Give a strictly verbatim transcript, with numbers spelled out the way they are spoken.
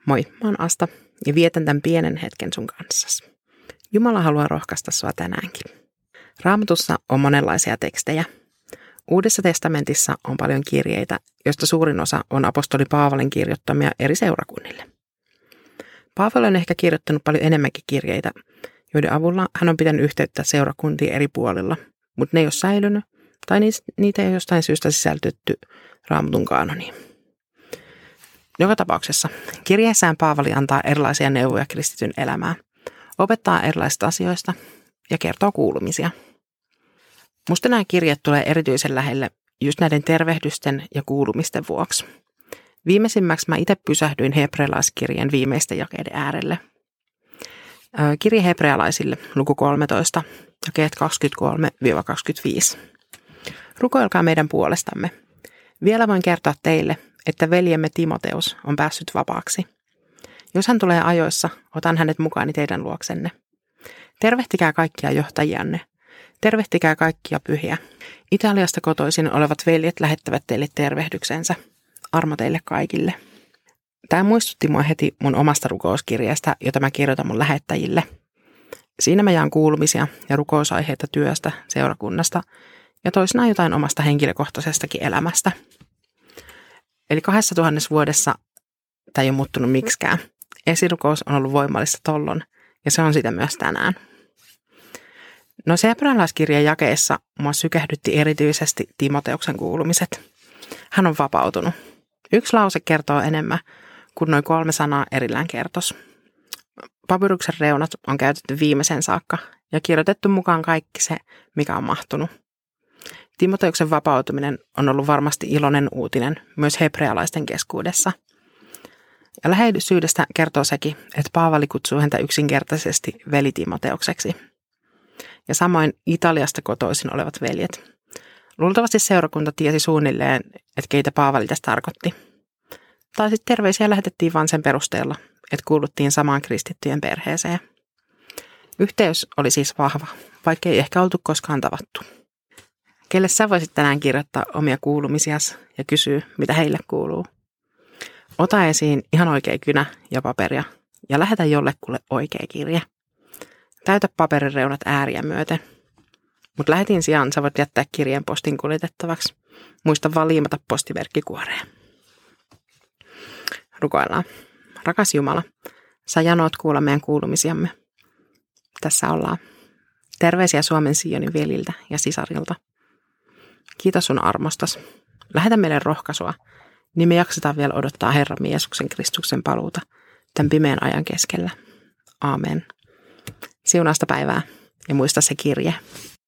Moi, mä oon Asta ja vietän tämän pienen hetken sun kanssasi. Jumala haluaa rohkaista sua tänäänkin. Raamatussa on monenlaisia tekstejä. Uudessa testamentissa on paljon kirjeitä, joista suurin osa on apostoli Paavalin kirjoittamia eri seurakunnille. Paavali on ehkä kirjoittanut paljon enemmänkin kirjeitä, joiden avulla hän on pitänyt yhteyttä seurakuntiin eri puolilla, mutta ne ei ole säilynyt tai niitä ei ole jostain syystä sisältytty Raamatun kaanoniin. Joka tapauksessa kirjeessään Paavali antaa erilaisia neuvoja kristityn elämään, opettaa erilaisista asioista ja kertoo kuulumisia. Musta nämä kirjeet tulee erityisen lähelle just näiden tervehdysten ja kuulumisten vuoksi. Viimeisimmäksi mä itse pysähdyin hebrealaiskirjeen viimeisten jakeiden äärelle. Kirje hebrealaisille, luku kolmetoista, jakeet kaksikymmentäkolme kaksikymmentäviisi. Rukoilkaa meidän puolestamme. Vielä voin kertoa teille, että veljemme Timoteus on päässyt vapaaksi. Jos hän tulee ajoissa, otan hänet mukaani teidän luoksenne. Tervehtikää kaikkia johtajianne. Tervehtikää kaikkia pyhiä. Italiasta kotoisin olevat veljet lähettävät teille tervehdyksensä. Armo teille kaikille. Tämä muistutti mua heti mun omasta rukouskirjeestä, jota mä kirjoitan mun lähettäjille. Siinä mä jaan kuulumisia ja rukousaiheita työstä, seurakunnasta ja toisinaan jotain omasta henkilökohtaisestakin elämästä. Eli kahdessa tuhannessa vuodessa tämä ei ole muuttunut miksikään. Esirukous on ollut voimallista tollon ja se on sitä myös tänään. No se hebrealaiskirjan jakeessa mua sykähdytti erityisesti Timoteuksen kuulumiset. Hän on vapautunut. Yksi lause kertoo enemmän kuin noin kolme sanaa erillään kertos. Papyruksen reunat on käytetty viimeisen saakka ja kirjoitettu mukaan kaikki se, mikä on mahtunut. Timoteuksen vapautuminen on ollut varmasti iloinen uutinen myös hebrealaisten keskuudessa. Ja läheisyydestä kertoo sekin, että Paavali kutsuu häntä yksinkertaisesti veli Timoteukseksi. Ja samoin Italiasta kotoisin olevat veljet. Luultavasti seurakunta tiesi suunnilleen, että keitä Paavali tässä tarkoitti. Tai sitten terveisiä lähetettiin vain sen perusteella, että kuuluttiin samaan kristittyjen perheeseen. Yhteys oli siis vahva, vaikka ei ehkä oltu koskaan tavattu. Kelle sä voisit tänään kirjoittaa omia kuulumisias ja kysyä, mitä heille kuuluu? Ota esiin ihan oikea kynä ja paperia ja lähetä jollekulle oikea kirje. Täytä paperin reunat ääriä myöten. Mutta lähetin sijaan sä voit jättää kirjeen postin kuljetettavaksi. Muista vaan liimata postimerkkikuoreen. Rukoillaan. Rakas Jumala, sä janoot kuulla meidän kuulumisiamme. Tässä ollaan. Terveisiä Suomen Sionin veljiltä ja sisarilta. Kiitos sun armostas. Lähetä meille rohkaisua, niin me jaksetaan vielä odottaa Herramme Jeesuksen Kristuksen paluuta tämän pimeän ajan keskellä. Aamen. Siunausta päivää ja muista se kirje.